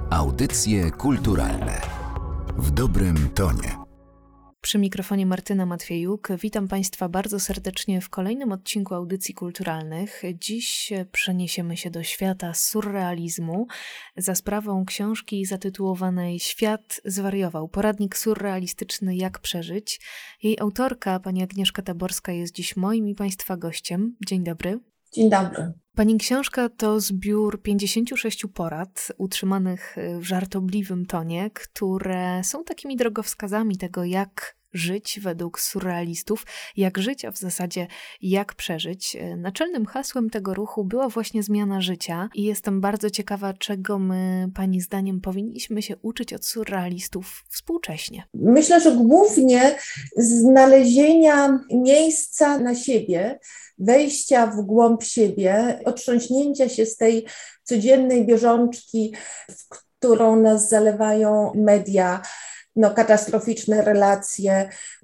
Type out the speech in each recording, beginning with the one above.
Audycje kulturalne w dobrym tonie. Przy mikrofonie Martyna Matwiejuk. Witam Państwa bardzo serdecznie w kolejnym odcinku Audycji Kulturalnych. Dziś przeniesiemy się do świata surrealizmu za sprawą książki zatytułowanej Świat zwariował. Poradnik surrealistyczny Jak przeżyć. Jej autorka, pani Agnieszka Taborska, jest dziś moim i Państwa gościem. Dzień dobry. Dzień dobry. Pani książka to zbiór 56 porad utrzymanych w żartobliwym tonie, które są takimi drogowskazami tego, jak żyć według surrealistów, jak żyć, a w zasadzie jak przeżyć. Naczelnym hasłem tego ruchu była właśnie zmiana życia i jestem bardzo ciekawa, czego my, Pani zdaniem, powinniśmy się uczyć od surrealistów współcześnie. Myślę, że głównie znalezienia miejsca na siebie, wejścia w głąb siebie, otrząśnięcia się z tej codziennej bieżączki, w którą nas zalewają media, katastroficzne relacje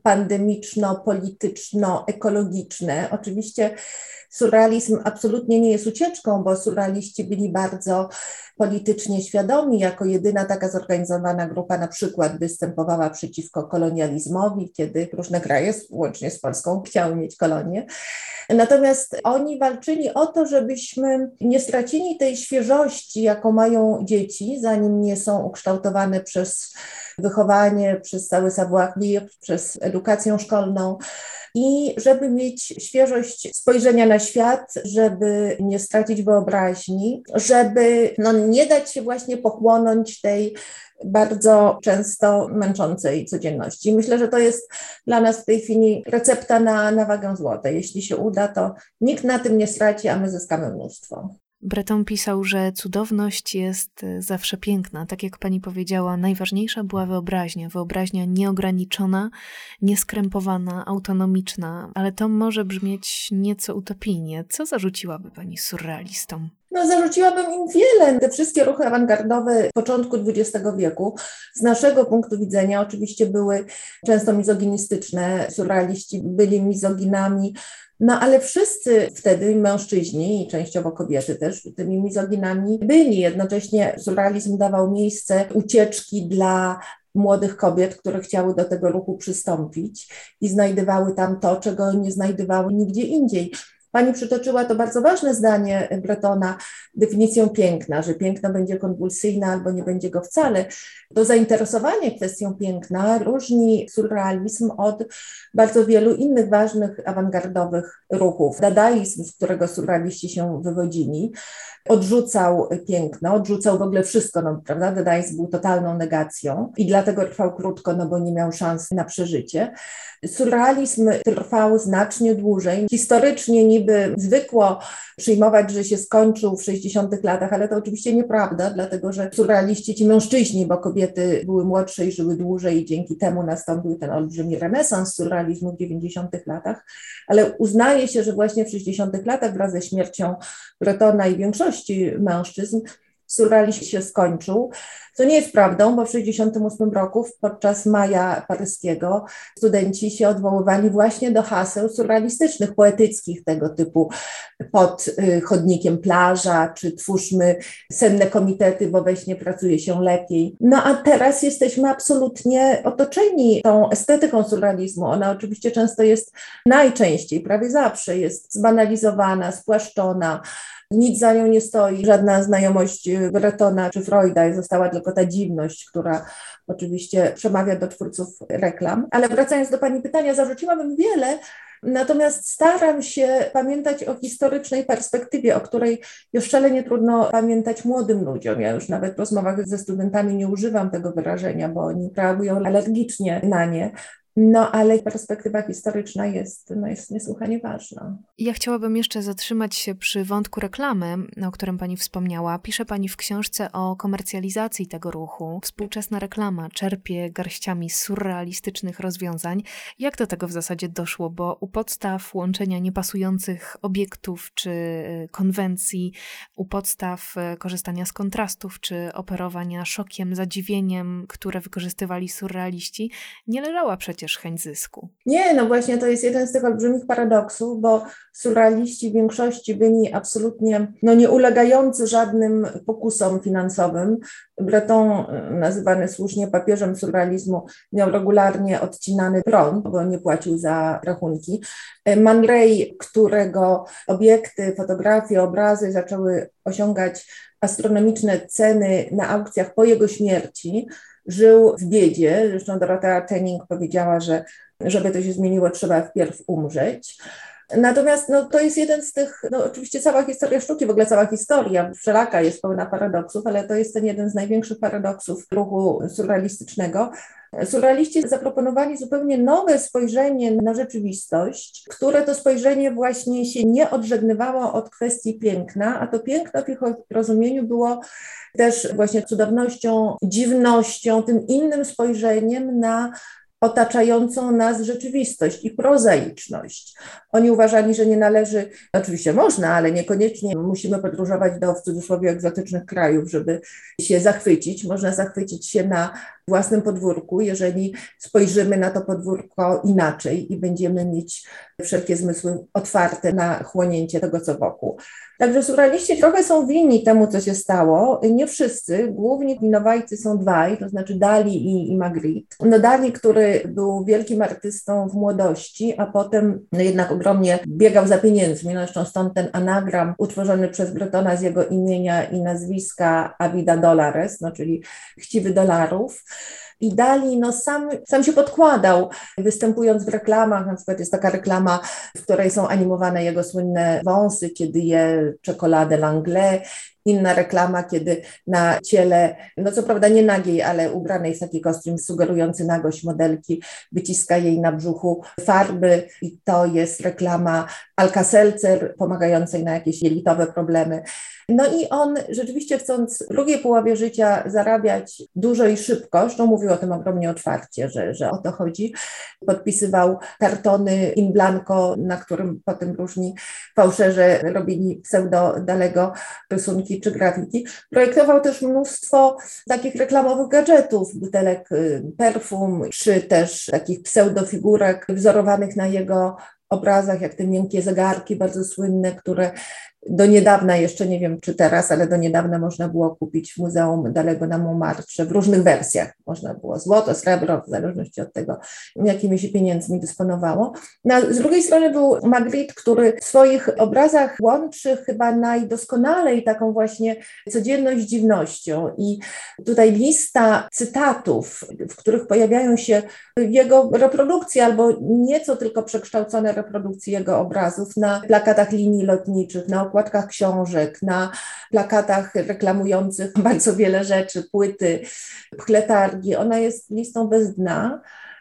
pandemiczno-polityczno-ekologiczne. Oczywiście surrealizm absolutnie nie jest ucieczką, bo surrealiści byli bardzo politycznie świadomi. Jako jedyna taka zorganizowana grupa na przykład występowała przeciwko kolonializmowi, kiedy różne kraje, łącznie z Polską, chciały mieć kolonie. Natomiast oni walczyli o to, żebyśmy nie stracili tej świeżości, jaką mają dzieci, zanim nie są ukształtowane przez wychowanie, przez cały savoir-vivre, przez edukację szkolną i żeby mieć świeżość spojrzenia na świat, żeby nie stracić wyobraźni, żeby nie dać się właśnie pochłonąć tej bardzo często męczącej codzienności. Myślę, że to jest dla nas w tej chwili recepta na wagę złota. Jeśli się uda, to nikt na tym nie straci, a my zyskamy mnóstwo. Breton pisał, że cudowność jest zawsze piękna. Tak jak pani powiedziała, najważniejsza była wyobraźnia nieograniczona, nieskrępowana, autonomiczna, ale to może brzmieć nieco utopijnie. Co zarzuciłaby pani surrealistom? Zarzuciłabym im wiele. Te wszystkie ruchy awangardowe początku XX wieku z naszego punktu widzenia oczywiście były często mizoginistyczne. Surrealiści byli mizoginami, ale wszyscy wtedy mężczyźni i częściowo kobiety też tymi mizoginami byli. Jednocześnie surrealizm dawał miejsce ucieczki dla młodych kobiet, które chciały do tego ruchu przystąpić i znajdywały tam to, czego nie znajdywały nigdzie indziej. Pani przytoczyła to bardzo ważne zdanie Bretona, definicję piękna, że piękno będzie konwulsyjne albo nie będzie go wcale. To zainteresowanie kwestią piękna różni surrealizm od bardzo wielu innych ważnych awangardowych ruchów. Dadaizm, z którego surrealiści się wywodzili, odrzucał piękno, odrzucał w ogóle wszystko, prawda? Dadaizm był totalną negacją i dlatego trwał krótko, bo nie miał szans na przeżycie. Surrealizm trwał znacznie dłużej. Historycznie niby zwykło przyjmować, że się skończył w 60 latach, ale to oczywiście nieprawda, dlatego że surrealiści, ci mężczyźni, bo kobiety były młodsze i żyły dłużej i dzięki temu nastąpił ten olbrzymi renesans surrealizmu w 90 latach, ale uznaje się, że właśnie w 60 latach wraz ze śmiercią Bretona i większości mężczyzn surrealizm się skończył, co nie jest prawdą, bo w 1968 roku podczas Maja Paryskiego studenci się odwoływali właśnie do haseł surrealistycznych, poetyckich tego typu pod chodnikiem plaża, czy twórzmy senne komitety, bo we śnie pracuje się lepiej. A teraz jesteśmy absolutnie otoczeni tą estetyką surrealizmu. Ona oczywiście często jest, najczęściej, prawie zawsze jest zbanalizowana, spłaszczona, nic za nią nie stoi, żadna znajomość Bretona czy Freuda, została tylko ta dziwność, która oczywiście przemawia do twórców reklam. Ale wracając do pani pytania, zarzuciłabym wiele, natomiast staram się pamiętać o historycznej perspektywie, o której już szalenie trudno pamiętać młodym ludziom. Ja już nawet w rozmowach ze studentami nie używam tego wyrażenia, bo oni reagują alergicznie na nie. Ale perspektywa historyczna jest niesłychanie ważna. Ja chciałabym jeszcze zatrzymać się przy wątku reklamy, o którym pani wspomniała. Pisze pani w książce o komercjalizacji tego ruchu. Współczesna reklama czerpie garściami surrealistycznych rozwiązań. Jak do tego w zasadzie doszło? Bo u podstaw łączenia niepasujących obiektów czy konwencji, u podstaw korzystania z kontrastów czy operowania szokiem, zadziwieniem, które wykorzystywali surrealiści, nie leżała przecież przecież chęć zysku. Nie, no właśnie to jest jeden z tych olbrzymich paradoksów, bo surrealiści w większości byli absolutnie nie ulegający żadnym pokusom finansowym. Breton, nazywany słusznie papieżem surrealizmu, miał regularnie odcinany prąd, bo nie płacił za rachunki. Man Ray, którego obiekty, fotografie, obrazy zaczęły osiągać astronomiczne ceny na aukcjach po jego śmierci, żył w biedzie. Zresztą Dorothea Tenney powiedziała, że żeby to się zmieniło, trzeba wpierw umrzeć. Natomiast to jest jeden z tych, oczywiście cała historia sztuki, w ogóle cała historia wszelaka jest pełna paradoksów, ale to jest ten jeden z największych paradoksów ruchu surrealistycznego. Surrealiści zaproponowali zupełnie nowe spojrzenie na rzeczywistość, które to spojrzenie właśnie się nie odżegnywało od kwestii piękna, a to piękno w ich rozumieniu było też właśnie cudownością, dziwnością, tym innym spojrzeniem na otaczającą nas rzeczywistość i prozaiczność. Oni uważali, że nie należy, oczywiście można, ale niekoniecznie musimy podróżować do w cudzysłowie egzotycznych krajów, żeby się zachwycić. Można zachwycić się na własnym podwórku, jeżeli spojrzymy na to podwórko inaczej i będziemy mieć wszelkie zmysły otwarte na chłonięcie tego, co wokół. Także surrealiści trochę są winni temu, co się stało. Nie wszyscy, głównie winowajcy są dwaj, to znaczy Dali i Magritte. Dali, który był wielkim artystą w młodości, a potem jednak ogromnie biegał za pieniędzmi. Zresztą stąd ten anagram utworzony przez Bretona z jego imienia i nazwiska Avida Dolares, czyli chciwy dolarów. I Dali sam się podkładał, występując w reklamach. Na przykład jest taka reklama, w której są animowane jego słynne wąsy, kiedy je czekoladę Langlais. Inna reklama, kiedy na ciele, co prawda nie nagiej, ale ubranej w taki kostium sugerujący nagość modelki, wyciska jej na brzuchu farby i to jest reklama Alka-Seltzer pomagającej na jakieś jelitowe problemy. I on rzeczywiście, chcąc w drugiej połowie życia zarabiać dużo i szybko, zresztą mówił o tym ogromnie otwarcie, że o to chodzi, podpisywał kartony in blanco, na którym potem różni fałszerze robili pseudo Dalego rysunki czy grafiki. Projektował też mnóstwo takich reklamowych gadżetów, butelek perfum, czy też takich pseudofigurek wzorowanych na jego obrazach, jak te miękkie zegarki bardzo słynne, które do niedawna, jeszcze nie wiem czy teraz, ale do niedawna można było kupić w Muzeum Dalego na Montmartre w różnych wersjach. Można było złoto, srebro, w zależności od tego, jakimi się pieniędzmi dysponowało. Z drugiej strony był Magritte, który w swoich obrazach łączy chyba najdoskonalej taką właśnie codzienność z dziwnością. I tutaj lista cytatów, w których pojawiają się jego reprodukcje albo nieco tylko przekształcone reprodukcje jego obrazów na plakatach linii lotniczych, na okładkach książek, na plakatach reklamujących bardzo wiele rzeczy, płyty, pchletargi. Ona jest listą bez dna.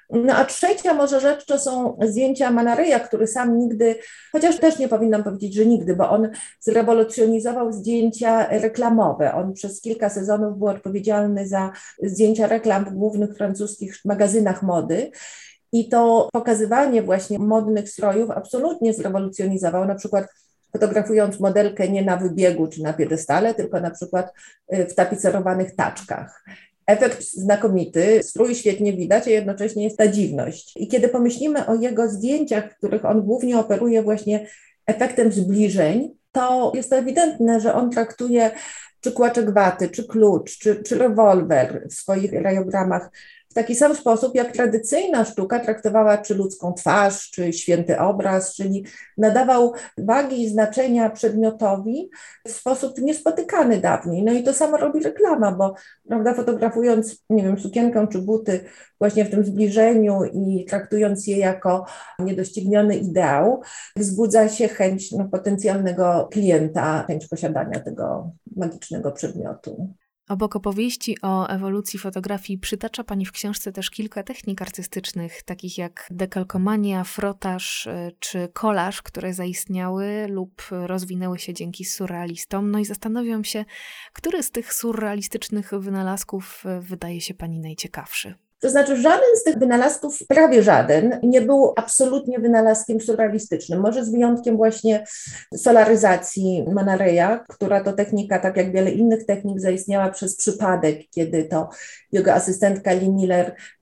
A trzecia może rzecz to są zdjęcia Mana Raya, który sam nigdy, chociaż też nie powinnam powiedzieć, że nigdy, bo on zrewolucjonizował zdjęcia reklamowe. On przez kilka sezonów był odpowiedzialny za zdjęcia reklam w głównych francuskich magazynach mody. I to pokazywanie właśnie modnych strojów absolutnie zrewolucjonizował, na przykład fotografując modelkę nie na wybiegu czy na piedestale, tylko na przykład w tapicerowanych taczkach. Efekt znakomity, strój świetnie widać, a jednocześnie jest ta dziwność. I kiedy pomyślimy o jego zdjęciach, w których on głównie operuje właśnie efektem zbliżeń, to jest to ewidentne, że on traktuje czy kłaczek waty, czy klucz, czy rewolwer w swoich rajogramach w taki sam sposób, jak tradycyjna sztuka traktowała czy ludzką twarz, czy święty obraz, czyli nadawał wagi i znaczenia przedmiotowi w sposób niespotykany dawniej. I to samo robi reklama, bo prawda, fotografując, nie wiem, sukienkę czy buty właśnie w tym zbliżeniu i traktując je jako niedościgniony ideał, wzbudza się chęć potencjalnego klienta, chęć posiadania tego magicznego przedmiotu. Obok opowieści o ewolucji fotografii przytacza Pani w książce też kilka technik artystycznych, takich jak dekalkomania, frotaż czy kolaż, które zaistniały lub rozwinęły się dzięki surrealistom. I zastanawiam się, który z tych surrealistycznych wynalazków wydaje się Pani najciekawszy? To znaczy żaden z tych wynalazków, prawie żaden, nie był absolutnie wynalazkiem surrealistycznym. Może z wyjątkiem właśnie solaryzacji Mana Raya, która to technika, tak jak wiele innych technik, zaistniała przez przypadek, kiedy to jego asystentka Lee Miller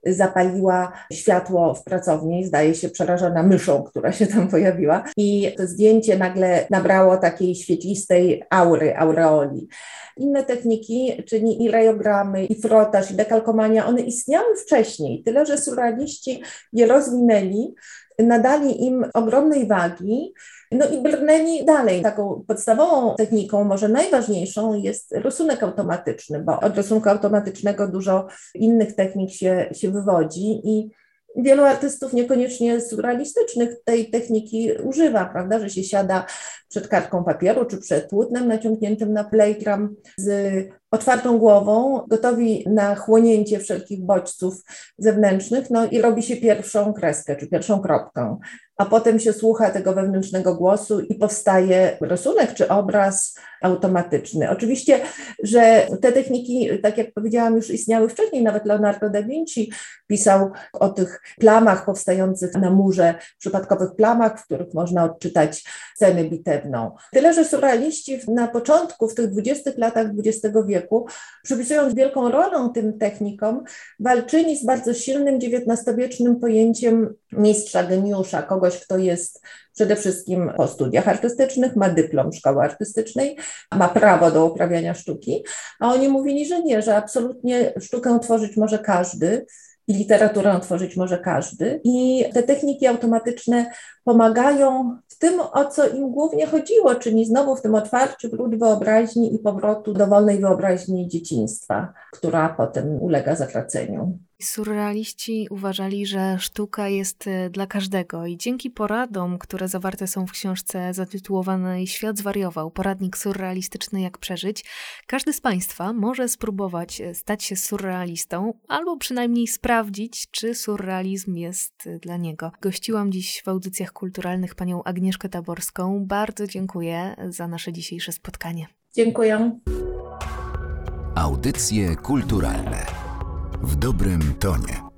zapaliła światło w pracowni, zdaje się przerażona myszą, która się tam pojawiła i to zdjęcie nagle nabrało takiej świetlistej aureoli. Inne techniki, czyli i rejogramy, i frotaż, i dekalkomania, one istniały wcześniej, tyle że surrealiści je rozwinęli, nadali im ogromnej wagi, no i brnęli dalej. Taką podstawową techniką, może najważniejszą, jest rysunek automatyczny, bo od rysunku automatycznego dużo innych technik się wywodzi i wielu artystów niekoniecznie surrealistycznych tej techniki używa, prawda, że się siada przed kartką papieru czy przed płótnem naciągniętym na plejtram z otwartą głową, gotowi na chłonięcie wszelkich bodźców zewnętrznych, no i robi się pierwszą kreskę czy pierwszą kropkę, a potem się słucha tego wewnętrznego głosu i powstaje rysunek czy obraz automatyczny. Oczywiście, że te techniki, tak jak powiedziałam, już istniały wcześniej, nawet Leonardo da Vinci pisał o tych plamach powstających na murze, przypadkowych plamach, w których można odczytać scenę bitewną. Tyle, że surrealiści na początku, w tych 20 latach XX wieku, przypisując wielką rolę tym technikom, walczyli z bardzo silnym XIX-wiecznym pojęciem mistrza, geniusza, kogoś, kto jest przede wszystkim po studiach artystycznych, ma dyplom szkoły artystycznej, ma prawo do uprawiania sztuki, a oni mówili, że nie, że absolutnie sztukę tworzyć może każdy i literaturę tworzyć może każdy. I te techniki automatyczne pomagają w tym, o co im głównie chodziło, czyli znowu w tym otwarciu wrót wyobraźni i powrotu do wolnej wyobraźni dzieciństwa, która potem ulega zatraceniu. Surrealiści uważali, że sztuka jest dla każdego i dzięki poradom, które zawarte są w książce zatytułowanej Świat zwariował, poradnik surrealistyczny jak przeżyć, każdy z Państwa może spróbować stać się surrealistą albo przynajmniej sprawdzić, czy surrealizm jest dla niego. Gościłam dziś w audycjach kulturalnych panią Agnieszkę Taborską. Bardzo dziękuję za nasze dzisiejsze spotkanie. Dziękuję. Audycje kulturalne w dobrym tonie.